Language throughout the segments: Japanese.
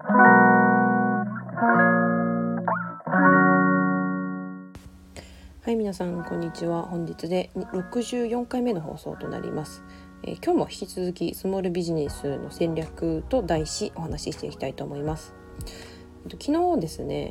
はい、皆さんこんにちは。本日で64回目の放送となります。今日も引き続きスモールビジネスの戦略と題しお話ししていきたいと思います。昨日ですね、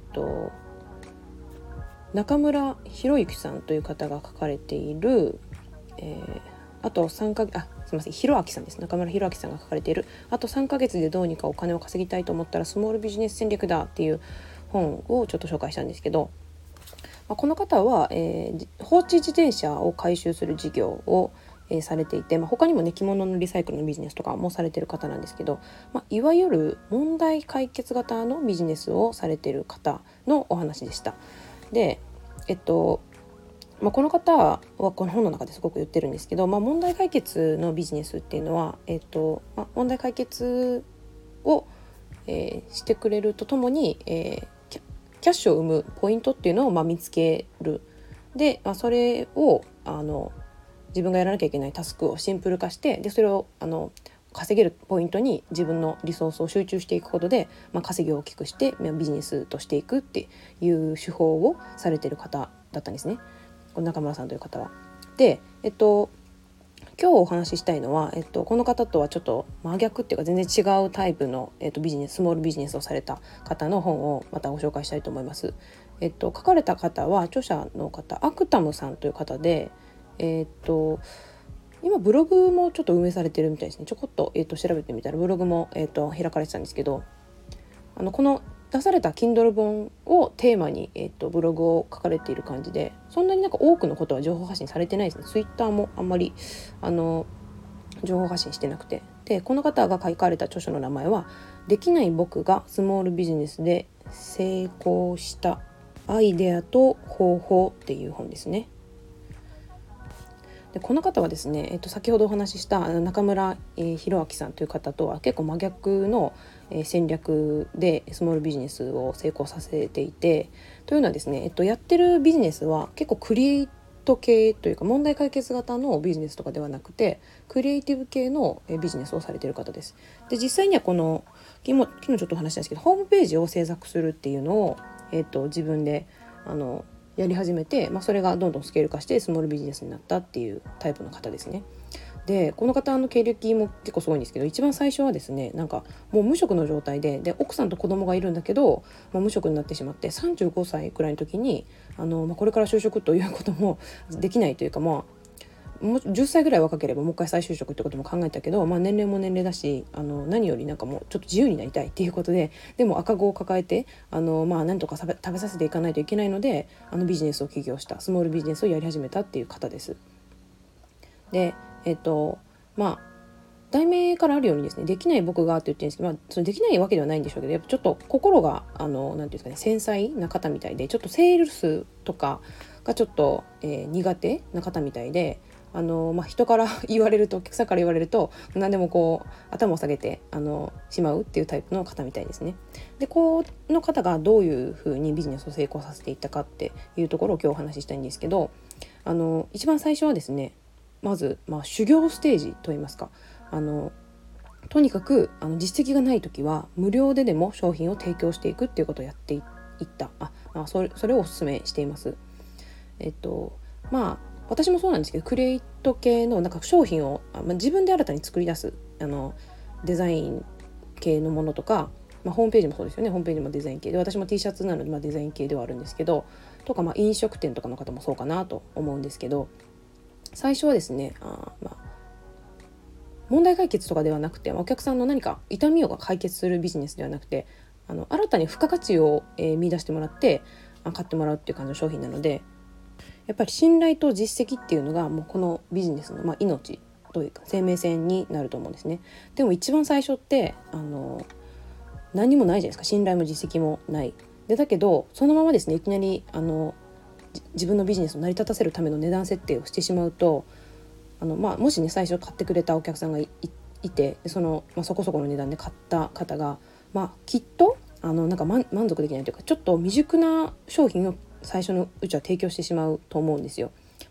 中村博之さんという方が書かれている、あと3ヶ月すみません、博明さんです。中村博明さんが書かれているあと3ヶ月でどうにかお金を稼ぎたいと思ったらスモールビジネス戦略だっていう本をちょっと紹介したんですけど、この方は、放置自転車を回収する事業を、されていて、他にもね着物のリサイクルのビジネスとかもされている方なんですけど、いわゆる問題解決型のビジネスをされている方のお話でした。で、この方はこの本の中ですごく言ってるんですけど、問題解決のビジネスっていうのは、問題解決を、してくれるとともに、キャッシュを生むポイントっていうのを見つける。で、それを自分がやらなきゃいけないタスクをシンプル化して、でそれを稼げるポイントに自分のリソースを集中していくことで、稼ぎを大きくしてビジネスとしていくっていう手法をされている方だったんですね、この中村さんという方は。で、今日お話ししたいのは、この方とはちょっと真逆っていうか全然違うタイプの、ビジネススモールビジネスをされた方の本をまたご紹介したいと思います。書かれた方は著者の方アクタムさんという方で、今ブログもちょっと運営されてるみたいですね。ちょこっと、調べてみたらブログも、開かれてたんですけど、この出された Kindle 本をテーマに、ブログを書かれている感じで、そんなに多くのことは情報発信されてないですね。ツイッターもあんまり情報発信してなくて、でこの方が書かれた著書の名前はできない僕がスモールビジネスで成功したアイデアと方法っていう本ですね。でこの方はですね、先ほどお話しした中村博明さんという方とは結構真逆の戦略でスモールビジネスを成功させていて、というのはですね、やってるビジネスは結構クリエイト系というか問題解決型のビジネスとかではなくて、クリエイティブ系のビジネスをされている方です。で実際にはこの昨日ちょっとお話したんですけど、ホームページを制作するっていうのを、自分でやり始めて、それがどんどんスケール化してスモールビジネスになったっていうタイプの方ですね。でこの方の経歴も結構すごいんですけど、一番最初はですね、もう無職の状態で奥さんと子供がいるんだけど、無職になってしまって35歳くらいの時にこれから就職ということもできないというか、もう10歳ぐらい若ければもう一回再就職ってことも考えたけど、年齢も年齢だし何よりもうちょっと自由になりたいっていうことで、でも赤子を抱えてなんとか食べさせていかないといけないのでビジネスを起業した、スモールビジネスをやり始めたっていう方です。で題名からあるようにですね、できない僕がって言ってるんですけど、それできないわけではないんでしょうけど、やっぱちょっと心がなんていうんですかね、繊細な方みたいで、ちょっとセールスとかがちょっと、苦手な方みたいで、人から言われると、お客さんから言われると何でも頭を下げてしまうっていうタイプの方みたいですね。でこの方がどういうふうにビジネスを成功させていったかっていうところを今日お話ししたいんですけど、一番最初はですね、まず、修行ステージといいますか、とにかく実績がない時は無料ででも商品を提供していくっていうことをやっていった。それをお勧めしています。私もそうなんですけど、クリエイト系の商品を自分で新たに作り出すデザイン系のものとか、ホームページもそうですよね。ホームページもデザイン系で、私も T シャツなので、デザイン系ではあるんですけど、とか飲食店とかの方もそうかなと思うんですけど、最初はですね問題解決とかではなくて、お客さんの何か痛みを解決するビジネスではなくて、新たに付加価値を、見出してもらって買ってもらうっていう感じの商品なので、やっぱり信頼と実績っていうのがもうこのビジネスの、命というか生命線になると思うんですね。でも一番最初って何もないじゃないですか。信頼も実績もないで、だけどそのままですね、いきなり自分のビジネスを成り立たせるための値段設定をしてしまうと、もしね最初買ってくれたお客さんが いて、そこそこの値段で買った方が、きっと満足できないというか、ちょっと未熟な商品を最初のうちは提供してしまうと思うんですよ。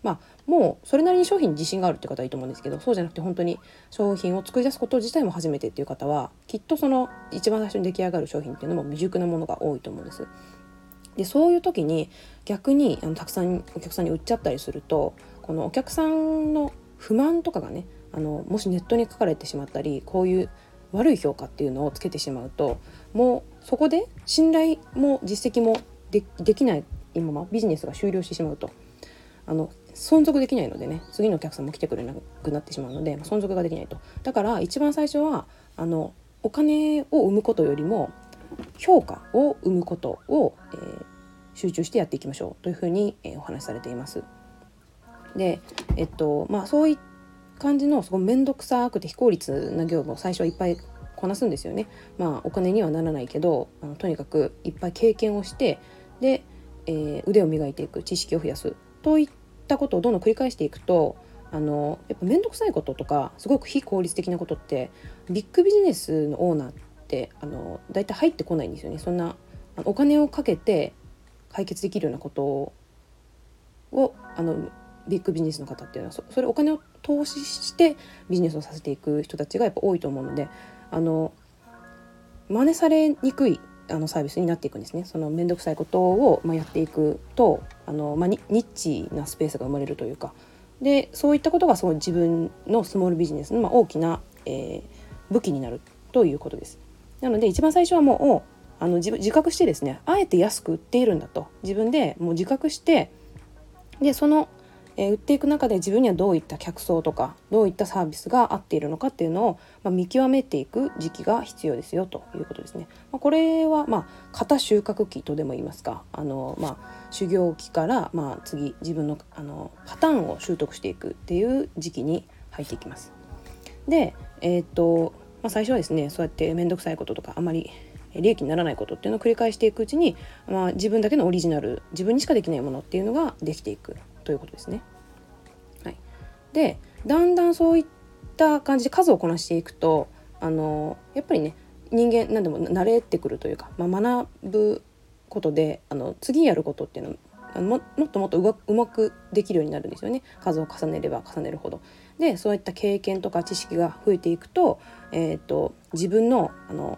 もうそれなりに商品に自信があるって方はいいと思うんですけど、そうじゃなくて本当に商品を作り出すこと自体も初めてっていう方は、きっとその一番最初に出来上がる商品っていうのも未熟なものが多いと思うんです。でそういう時に逆にたくさんお客さんに売っちゃったりすると、このお客さんの不満とかがね、もしネットに書かれてしまったり、こういう悪い評価っていうのをつけてしまうと、もうそこで信頼も実績もできないままビジネスが終了してしまうと、存続できないのでね、次のお客さんも来てくれなくなってしまうので、存続ができないと。だから一番最初はお金を生むことよりも評価を生むことを、集中してやっていきましょうというふうに、お話しされています。で、そういう感じのすごい面倒くさくて非効率な業務を最初はいっぱいこなすんですよね。お金にはならないけどとにかくいっぱい経験をして、で、腕を磨いていく、知識を増やすといったことをどんどん繰り返していくと、やっぱ面倒くさいこととかすごく非効率的なことってビッグビジネスのオーナーってだいたい入ってこないんですよね。そんなお金をかけて解決できるようなことをビッグビジネスの方っていうのはそれお金を投資してビジネスをさせていく人たちがやっぱ多いと思うので、真似されにくいサービスになっていくんですね。その面倒くさいことを、やっていくとニッチなスペースが生まれるというか、でそういったことがその自分のスモールビジネスの、大きな、武器になるということです。なので一番最初はもう自覚してですね、あえて安く売っているんだと自分でもう自覚して、でその売っていく中で自分にはどういった客層とかどういったサービスが合っているのかっていうのを、見極めていく時期が必要ですよということですね。これは型収穫期とでも言いますか、修行期から、次自分のパターンを習得していくっていう時期に入っていきます。で、最初はですね、そうやって面倒くさいこととかあまり利益にならないことっていうのを繰り返していくうちに、自分だけのオリジナル、自分にしかできないものっていうのができていくということですね。はい、でだんだんそういった感じで数をこなしていくとやっぱりね、人間何でも慣れてくるというか、学ぶことで次やることっていうのもっともっとうまくできるようになるんですよね。数を重ねれば重ねるほど。でそういった経験とか知識が増えていくと、自分の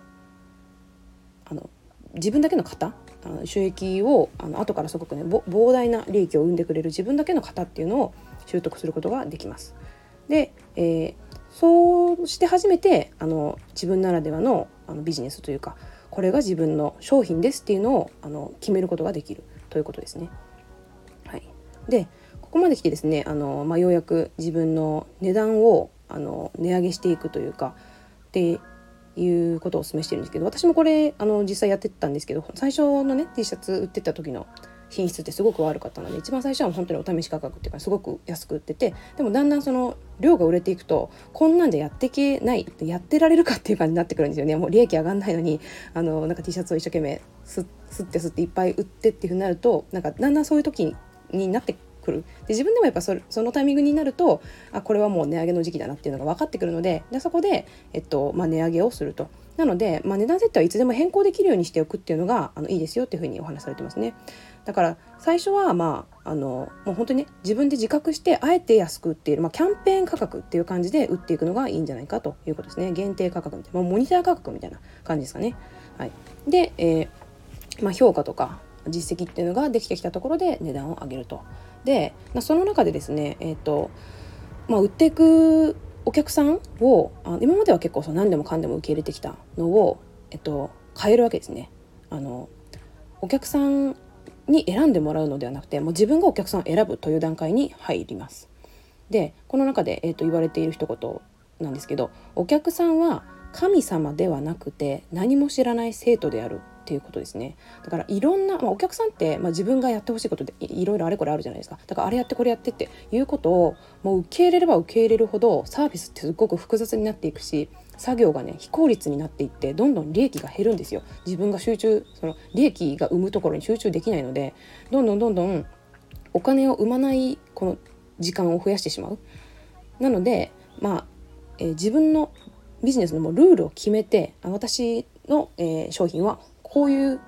自分だけの型、収益を後からすごくね膨大な利益を生んでくれる自分だけの型っていうのを習得することができます。で、そうして初めて自分ならではのビジネスというか、これが自分の商品ですっていうのを決めることができるということですね。はい、でここまで来てですね、ようやく自分の値段を値上げしていくというかっていうことをお勧めしてるんですけど、私もこれ実際やってたんですけど、最初のね T シャツ売ってた時の品質ってすごく悪かったので、一番最初は本当にお試し価格っていうかすごく安く売ってて、でもだんだんその量が売れていくとこんなんじゃやっていけない、やってられるかっていう感じになってくるんですよね。もう利益上がんないのになんか T シャツを一生懸命吸っていっぱい売ってっていう風になると、なんかだんだんそういう時になってくる。で自分でもやっぱそのタイミングになると、これはもう値上げの時期だなっていうのが分かってくるので、そこで、値上げをすると。なので、値段設定はいつでも変更できるようにしておくっていうのがいいですよっていうふうにお話しされてますね。だから最初はもう本当にね、自分で自覚してあえて安く売っている、キャンペーン価格っていう感じで売っていくのがいいんじゃないかということですね。限定価格みたいな、モニター価格みたいな感じですかね。はい、で、評価とか実績っていうのができてきたところで値段を上げると。でその中でですね、売っていくお客さんを今までは結構何でもかんでも受け入れてきたのを、変えるわけですね。お客さんに選んでもらうのではなくて、もう自分がお客さんを選ぶという段階に入ります。でこの中で、言われている一言なんですけど、お客さんは神様ではなくて何も知らない生徒であるっていうことですね。だからいろんな、お客さんって、自分がやってほしいことでいろいろあれこれあるじゃないですか。だからあれやってこれやってっていうことをもう受け入れれば受け入れるほどサービスってすごく複雑になっていくし、作業がね非効率になっていってどんどん利益が減るんですよ。自分がその利益が生むところに集中できないので、どんどんお金を生まないこの時間を増やしてしまう。なので自分のビジネスのもうルールを決めて、私の、商品はこういう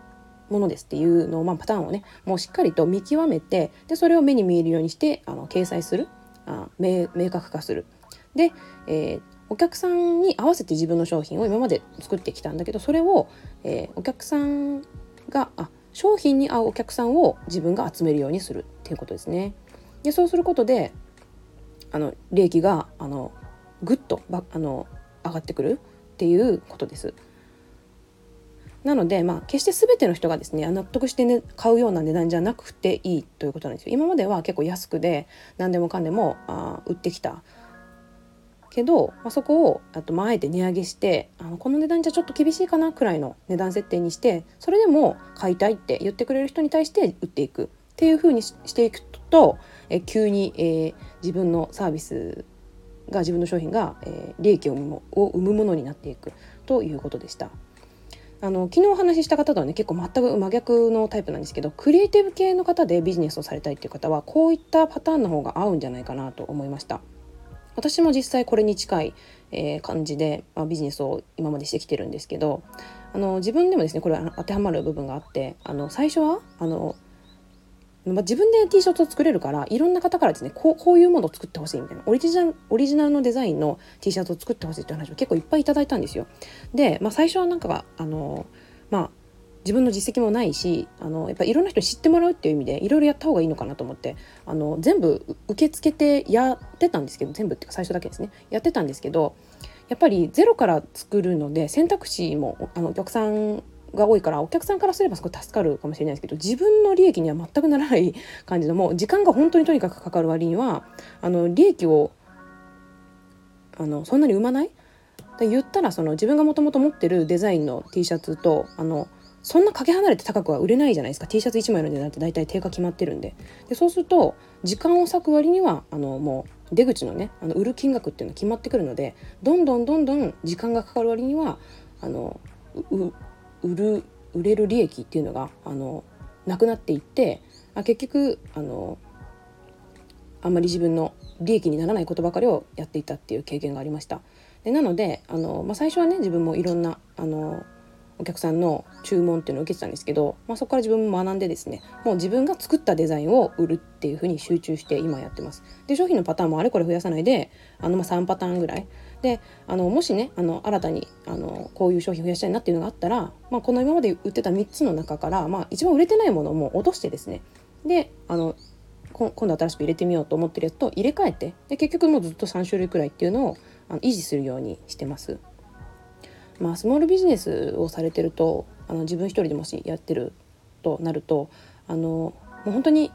ものですっていうのを、パターンをねもうしっかりと見極めて、でそれを目に見えるようにして掲載する、明確化する。で、お客さんに合わせて自分の商品を今まで作ってきたんだけど、それを、お客さんが商品に合うお客さんを自分が集めるようにするっていうことですね。でそうすることで利益がぐっと上がってくるっていうことです。なので、決して全ての人がですね納得して、買うような値段じゃなくていいということなんですよ。今までは結構安くで何でもかんでも売ってきたけど、そこをあえて値上げしてこの値段じゃちょっと厳しいかなくらいの値段設定にして、それでも買いたいって言ってくれる人に対して売っていくっていう風にしていくと、急に、自分のサービスが自分の商品が、利益を生むものになっていくということでした。昨日お話しした方とはね結構全く真逆のタイプなんですけど、クリエイティブ系の方でビジネスをされたいっていう方はこういったパターンの方が合うんじゃないかなと思いました。私も実際これに近い、感じで、ビジネスを今までしてきてるんですけど、自分でもですねこれは当てはまる部分があって、最初は自分で T シャツを作れるから、いろんな方からですねこういうものを作ってほしいみたいなオリジナルのデザインの T シャツを作ってほしいという話を結構いっぱいいただいたんですよ。で、最初はなんか自分の実績もないしやっぱいろんな人に知ってもらうっていう意味でいろいろやった方がいいのかなと思って全部受け付けてやってたんですけど、全部っていうか最初だけですねやってたんですけど、やっぱりゼロから作るので選択肢もお客さんが多いから、お客さんからすればすごい助かるかもしれないですけど、自分の利益には全くならない感じの、もう時間が本当にとにかくかかる割には利益をそんなに生まない。言ったら自分がもともと持ってるデザインの T シャツとそんなかけ離れて高くは売れないじゃないですか。 T シャツ1枚の値段って大体定価決まってるんで、そうすると時間を割く割にはもう出口のね売る金額っていうのは決まってくるので、どんどん時間がかかる割には売れる利益っていうのがなくなっていって、結局あんまり自分の利益にならないことばかりをやっていたっていう経験がありました。でなので最初はね自分もいろんなお客さんの注文っていうのを受けてたんですけど、そこから自分も学んでですね、もう自分が作ったデザインを売るっていう風に集中して今やってます。で商品のパターンもあれこれ増やさないで3パターンぐらいでもしね新たにこういう商品増やしたいなっていうのがあったら、この今まで売ってた3つの中から、一番売れてないものをもう落としてですね、で今度新しく入れてみようと思ってるやつと入れ替えて、で結局もうずっと3種類くらいっていうのを維持するようにしてます。スモールビジネスをされてると自分一人でもしやってるとなるともう本当に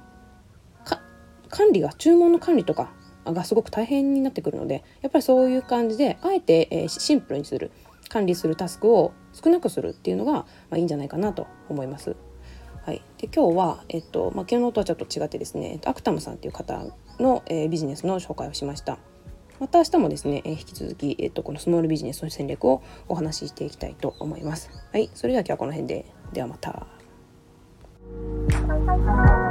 注文の管理とかがすごく大変になってくるので、やっぱりそういう感じであえて、シンプルにする、管理するタスクを少なくするっていうのが、いいんじゃないかなと思います。はい、で今日は、昨日のとはちょっと違ってですね、アクタムさんという方の、ビジネスの紹介をしました。また明日もですね、引き続き、このスモールビジネスの戦略をお話ししていきたいと思います。はい、それでは今日はこの辺で。ではまた。